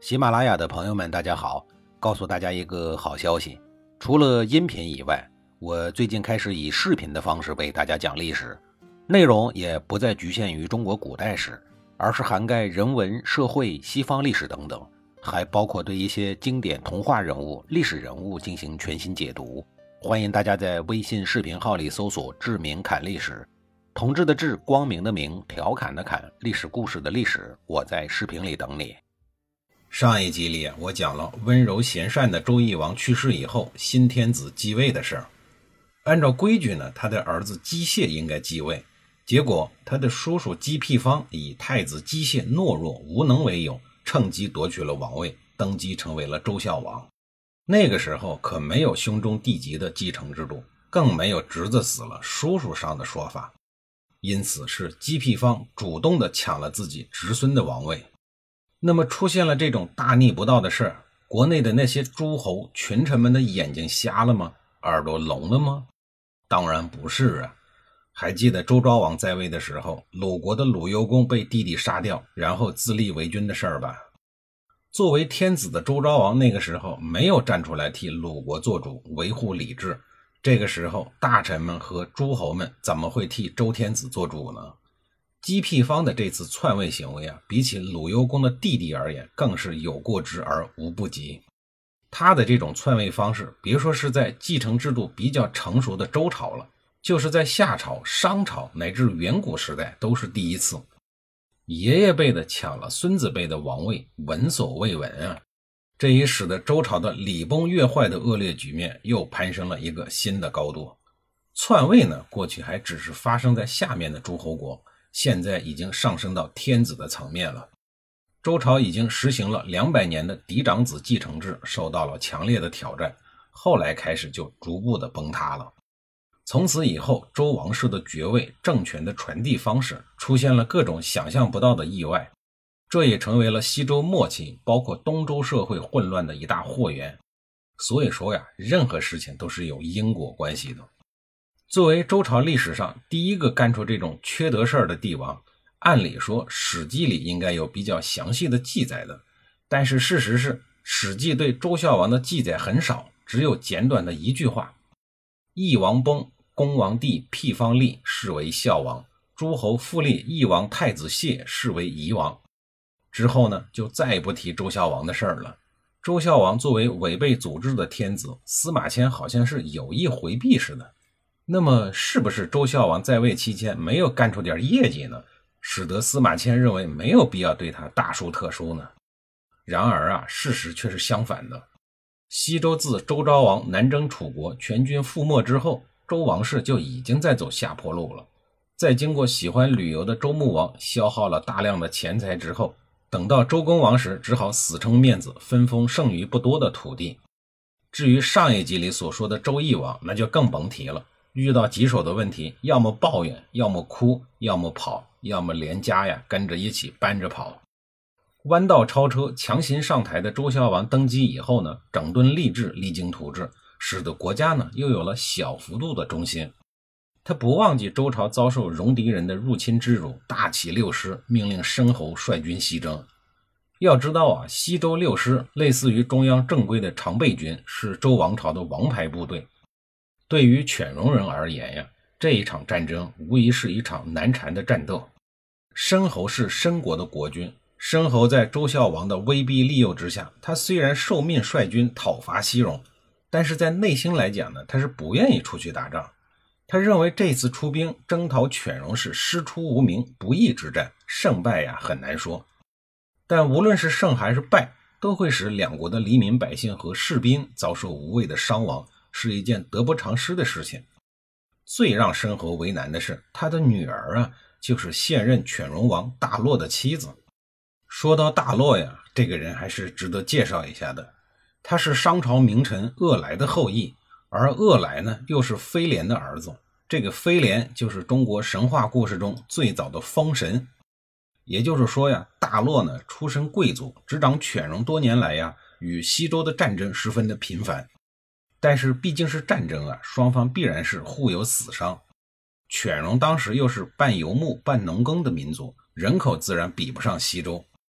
喜马拉雅的朋友们大家好，告诉大家一个好消息，除了音频以外，我最近开始以视频的方式为大家讲历史，内容也不再局限于中国古代史，而是涵盖人文、社会、西方历史等等，还包括对一些经典童话人物、历史人物进行全新解读。欢迎大家在微信视频号里搜索志明侃历史，同志的志，光明的明，调侃的侃，历史故事的历史，我在视频里等你。上一集里我讲了温柔贤善的周懿王去世以后，新天子继位的事儿。按照规矩呢，他的儿子姬谢应该继位，结果他的叔叔姬辟方以太子姬谢懦弱无能为由，趁机夺取了王位，登基成为了周孝王。那个时候可没有兄终弟及的继承制度，更没有侄子死了叔叔上的说法，因此是姬辟方主动的抢了自己侄孙的王位。那么出现了这种大逆不道的事儿，国内的那些诸侯群臣们的眼睛瞎了吗？耳朵聋了吗？当然不是啊。还记得周昭王在位的时候，鲁国的鲁幽公被弟弟杀掉，然后自立为君的事儿吧？作为天子的周昭王那个时候没有站出来替鲁国做主，维护礼制，这个时候大臣们和诸侯们怎么会替周天子做主呢？姬辟方的这次篡位行为比起鲁幽公的弟弟而言，更是有过之而无不及。他的这种篡位方式，别说是在继承制度比较成熟的周朝了，就是在夏朝、商朝乃至远古时代都是第一次。爷爷辈的抢了孙子辈的王位，闻所未闻啊！这也使得周朝的礼崩乐坏的恶劣局面又攀升了一个新的高度。篡位呢，过去还只是发生在下面的诸侯国，现在已经上升到天子的层面了。周朝已经实行了200年的嫡长子继承制，受到了强烈的挑战，后来开始就逐步的崩塌了。从此以后，周王室的爵位、政权的传递方式出现了各种想象不到的意外，这也成为了西周末期包括东周社会混乱的一大祸源。所以说呀，任何事情都是有因果关系的。作为周朝历史上第一个干出这种缺德事儿的帝王，按理说史记里应该有比较详细的记载的，但是事实是史记对周孝王的记载很少，只有简短的一句话：懿王崩，恭王弟辟方立，是为孝王，诸侯复立懿王太子谢，是为夷王。之后呢，就再也不提周孝王的事儿了。周孝王作为违背祖制的天子，司马迁好像是有意回避似的。那么是不是周孝王在位期间没有干出点业绩呢，使得司马迁认为没有必要对他大书特书呢？然而事实却是相反的。西周自周昭王南征楚国，全军覆没之后，周王室就已经在走下坡路了。在经过喜欢旅游的周穆王消耗了大量的钱财之后，等到周公王时，只好死撑面子，分封剩余不多的土地。至于上一集里所说的周懿王，那就更甭提了。遇到棘手的问题，要么抱怨，要么哭，要么跑，要么连家跟着一起搬着跑。弯道超车强行上台的周孝王登基以后呢，整顿吏治，励精图治，使得国家呢又有了小幅度的中兴。他不忘记周朝遭受戎狄人的入侵之辱，大起六师，命令申侯率军西征。要知道西周六师类似于中央正规的常备军，是周王朝的王牌部队。对于犬戎人而言这一场战争无疑是一场难缠的战斗。申侯是申国的国君，申侯在周孝王的威逼利诱之下，他虽然受命率军讨伐西戎，但是在内心来讲呢，他是不愿意出去打仗。他认为这次出兵征讨犬戎是师出无名，不义之战，胜败很难说。但无论是胜还是败，都会使两国的黎民百姓和士兵遭受无谓的伤亡，是一件得不偿失的事情。最让申侯为难的是，他的女儿就是现任犬戎王大洛的妻子。说到大洛这个人还是值得介绍一下的。他是商朝名臣鄂来的后裔，而鄂来呢又是飞廉的儿子。这个飞廉就是中国神话故事中最早的风神。也就是说大洛呢出身贵族，执掌犬戎多年来与西周的战争十分的频繁。但是毕竟是战争双方必然是互有死伤。犬戎当时又是半游牧半农耕的民族，人口自然比不上西周。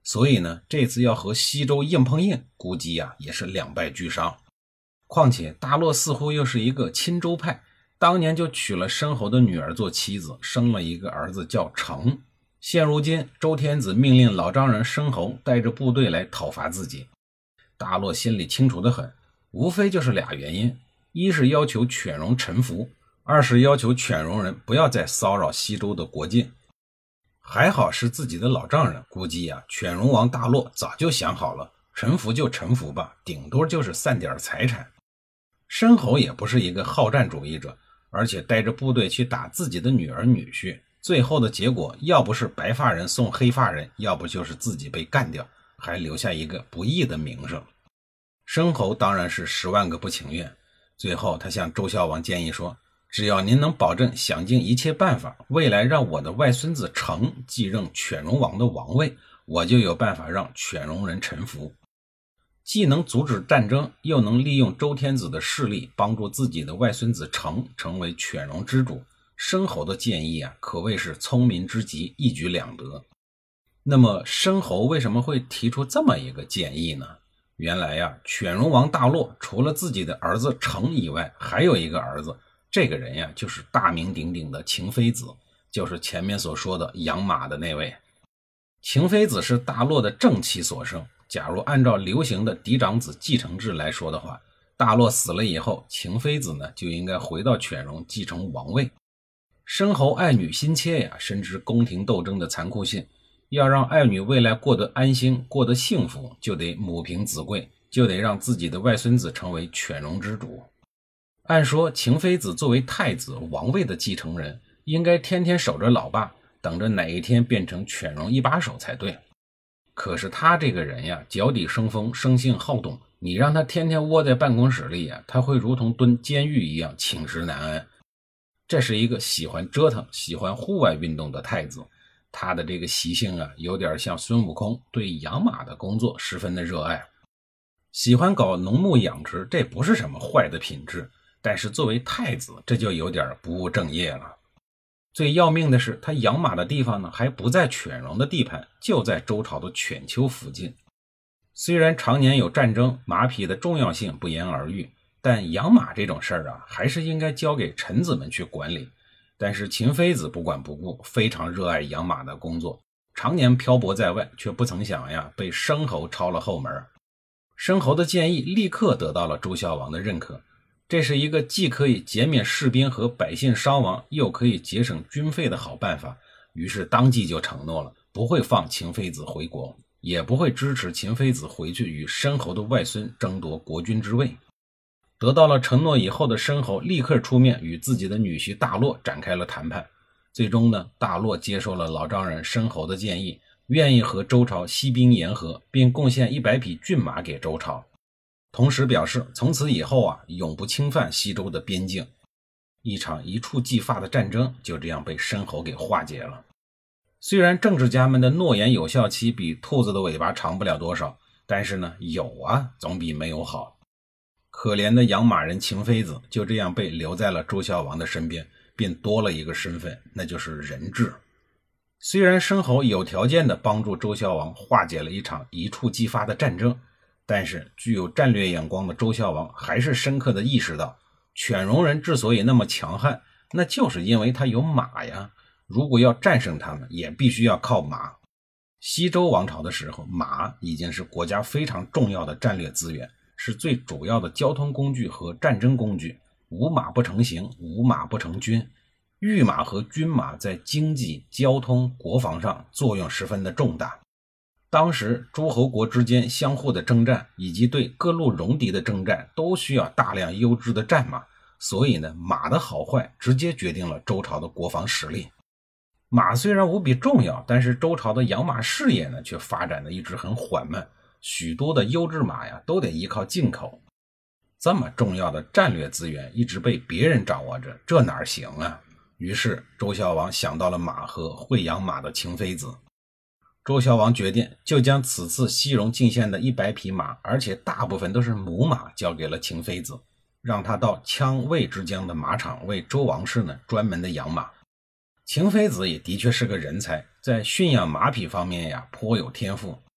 所以呢，这次要和西周硬碰硬，估计也是两败俱伤。况且大洛似乎又是一个亲周派，当年就娶了申侯的女儿做妻子，生了一个儿子叫成。现如今周天子命令老丈人申侯带着部队来讨伐自己，大洛心里清楚得很，无非就是俩原因，一是要求犬戎臣服，二是要求犬戎人不要再骚扰西周的国境。还好是自己的老丈人，估计犬戎王大洛早就想好了，臣服就臣服吧，顶多就是散点财产。申侯也不是一个好战主义者，而且带着部队去打自己的女儿女婿，最后的结果要不是白发人送黑发人，要不就是自己被干掉，还留下一个不义的名声。申侯当然是10万个不情愿，最后他向周孝王建议说，只要您能保证想尽一切办法，未来让我的外孙子成继任犬戎王的王位，我就有办法让犬戎人臣服。既能阻止战争，又能利用周天子的势力帮助自己的外孙子成成为犬戎之主，申侯的建议可谓是聪明之极，一举两得。那么申侯为什么会提出这么一个建议呢？原来犬戎王大洛除了自己的儿子成以外，还有一个儿子，这个人就是大名鼎鼎的秦非子，就是前面所说的养马的那位。秦非子是大洛的正妻所生，假如按照流行的嫡长子继承制来说的话，大洛死了以后，秦非子呢就应该回到犬戎继承王位。申侯爱女心切深知宫廷斗争的残酷性，要让爱女未来过得安心，过得幸福，就得母凭子贵，就得让自己的外孙子成为犬戎之主。按说秦非子作为太子王位的继承人，应该天天守着老爸，等着哪一天变成犬戎一把手才对。可是他这个人脚底生风，生性好动，你让他天天窝在办公室里他会如同蹲监狱一样寝食难安。这是一个喜欢折腾、喜欢户外运动的太子，他的这个习性有点像孙悟空，对养马的工作十分的热爱。喜欢搞农牧养殖，这不是什么坏的品质，但是作为太子，这就有点不务正业了。最要命的是，他养马的地方呢，还不在犬戎的地盘，就在周朝的犬丘附近。虽然常年有战争，马匹的重要性不言而喻，但养马这种事儿还是应该交给臣子们去管理。但是秦非子不管不顾，非常热爱养马的工作，常年漂泊在外，却不曾想被申侯抄了后门。申侯的建议立刻得到了周孝王的认可，这是一个既可以减免士兵和百姓伤亡，又可以节省军费的好办法。于是当即就承诺了，不会放秦非子回国，也不会支持秦非子回去与申侯的外孙争夺国君之位。得到了承诺以后的申侯立刻出面与自己的女婿大洛展开了谈判。最终呢，大洛接受了老丈人申侯的建议，愿意和周朝息兵言和，并贡献100匹骏马给周朝。同时表示从此以后永不侵犯西周的边境。一场一触即发的战争就这样被申侯给化解了。虽然政治家们的诺言有效期比兔子的尾巴长不了多少，但是呢，有总比没有好。可怜的养马人秦非子就这样被留在了周孝王的身边，并多了一个身份，那就是人质。虽然申侯有条件的帮助周孝王化解了一场一触即发的战争，但是具有战略眼光的周孝王还是深刻的意识到，犬戎人之所以那么强悍，那就是因为他有马呀。如果要战胜他们，也必须要靠马。西周王朝的时候，马已经是国家非常重要的战略资源，是最主要的交通工具和战争工具。无马不成行，无马不成军。御马和军马在经济、交通、国防上作用十分的重大。当时诸侯国之间相互的征战，以及对各路戎狄的征战，都需要大量优质的战马，所以呢，马的好坏直接决定了周朝的国防实力。马虽然无比重要，但是周朝的养马事业呢，却发展的一直很缓慢，许多的优质马都得依靠进口。这么重要的战略资源一直被别人掌握着，这哪行啊？于是周孝王想到了马和会养马的秦非子。周孝王决定就将此次西戎进献的100匹马，而且大部分都是母马，交给了秦非子，让他到羌魏之间的马场为周王室呢专门的养马。秦非子也的确是个人才，在驯养马匹方面颇有天赋。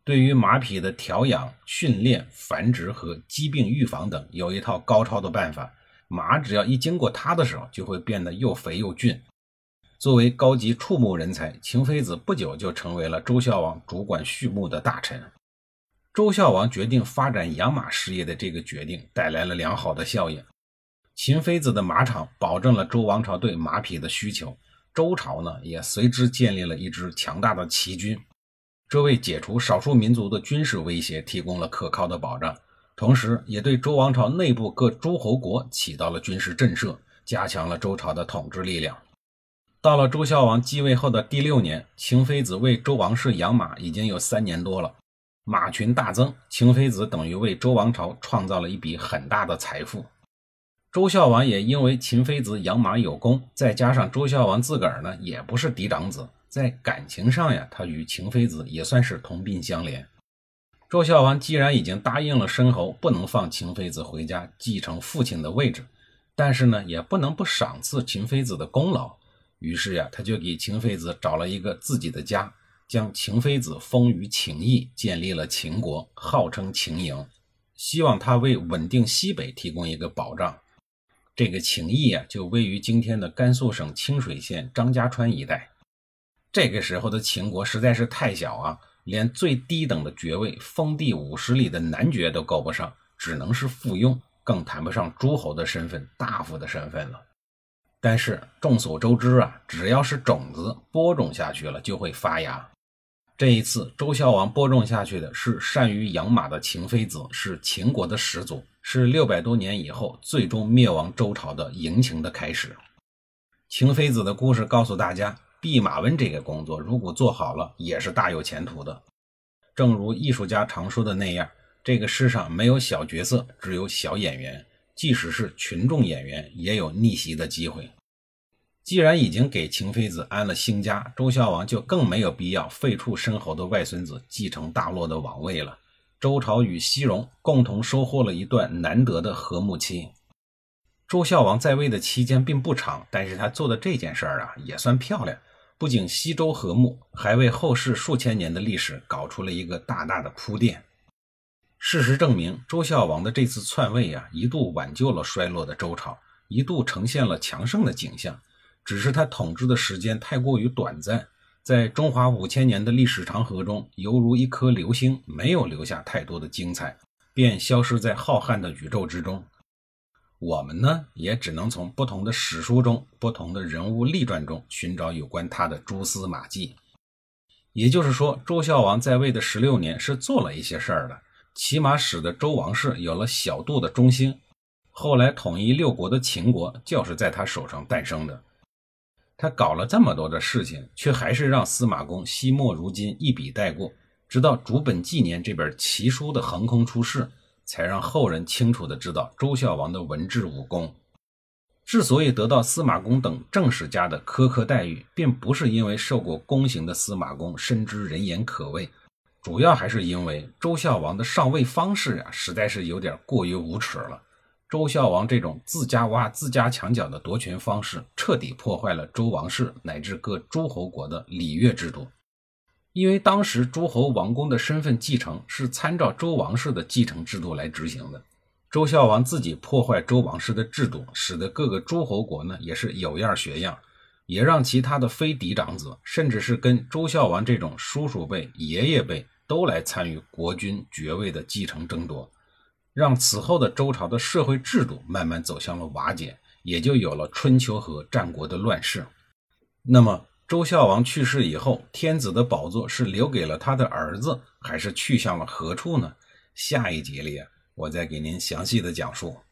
对于马匹的调养、训练、繁殖和疾病预防等有一套高超的办法，马只要一经过他的手，就会变得又肥又俊。作为高级畜牧人才，秦非子不久就成为了周孝王主管畜牧的大臣。周孝王决定发展养马事业的这个决定带来了良好的效应。秦非子的马场保证了周王朝对马匹的需求，周朝呢也随之建立了一支强大的骑军，这为解除少数民族的军事威胁提供了可靠的保障，同时也对周王朝内部各诸侯国起到了军事震慑，加强了周朝的统治力量。到了周孝王继位后的第6年，秦非子为周王室养马已经有3年多了，马群大增，秦非子等于为周王朝创造了一笔很大的财富。周孝王也因为秦非子养马有功，再加上周孝王自个儿呢也不是嫡长子，在感情上呀，他与秦非子也算是同病相怜。周孝王既然已经答应了申侯不能放秦非子回家继承父亲的位置，但是呢也不能不赏赐秦非子的功劳，于是呀他就给秦非子找了一个自己的家，将秦非子封于秦邑，建立了秦国，号称秦营，希望他为稳定西北提供一个保障。这个秦邑啊，就位于今天的甘肃省清水县张家川一带。这个时候的秦国实在是太小啊，连最低等的爵位封地50里的男爵都够不上，只能是附庸，更谈不上诸侯的身份、大夫的身份了。但是众所周知啊，只要是种子播种下去了就会发芽。这一次周孝王播种下去的是善于养马的秦非子，是秦国的始祖，是600多年以后最终灭亡周朝的迎秦的开始。秦非子的故事告诉大家，弼马温这个工作如果做好了也是大有前途的。正如艺术家常说的那样，这个世上没有小角色，只有小演员，即使是群众演员也有逆袭的机会。既然已经给秦非子安了新家，周孝王就更没有必要废黜申侯的外孙子继承大洛的王位了。周朝与西戎共同收获了一段难得的和睦期。周孝王在位的期间并不长，但是他做的这件事儿啊也算漂亮，不仅西周和睦，还为后世数千年的历史搞出了一个大大的铺垫。事实证明，周孝王的这次篡位啊，一度挽救了衰落的周朝，一度呈现了强盛的景象。只是他统治的时间太过于短暂，在中华5000年的历史长河中，犹如一颗流星，没有留下太多的精彩，便消失在浩瀚的宇宙之中。我们呢，也只能从不同的史书中、不同的人物历传中寻找有关他的蛛丝马迹。也就是说，周孝王在位的16年是做了一些事儿的，起码使得周王室有了小度的中兴。后来统一6国的秦国就是在他手上诞生的。他搞了这么多的事情，却还是让司马公惜墨如金，一笔带过，直到主本纪年这本奇书的横空出世，才让后人清楚地知道周孝王的文治武功。之所以得到司马公等正史家的苛刻待遇，并不是因为受过宫刑的司马公深知人言可畏，主要还是因为周孝王的上位方式啊，实在是有点过于无耻了。周孝王这种自家挖自家墙角的夺权方式，彻底破坏了周王室乃至各诸侯国的礼乐制度。因为当时诸侯王公的身份继承是参照周王室的继承制度来执行的，周孝王自己破坏周王室的制度，使得各个诸侯国呢也是有样学样，也让其他的非嫡长子，甚至是跟周孝王这种叔叔辈、爷爷辈都来参与国君爵位的继承争夺，让此后的周朝的社会制度慢慢走向了瓦解，也就有了春秋和战国的乱世。那么周孝王去世以后，天子的宝座是留给了他的儿子，还是去向了何处呢？下一节里我再给您详细的讲述。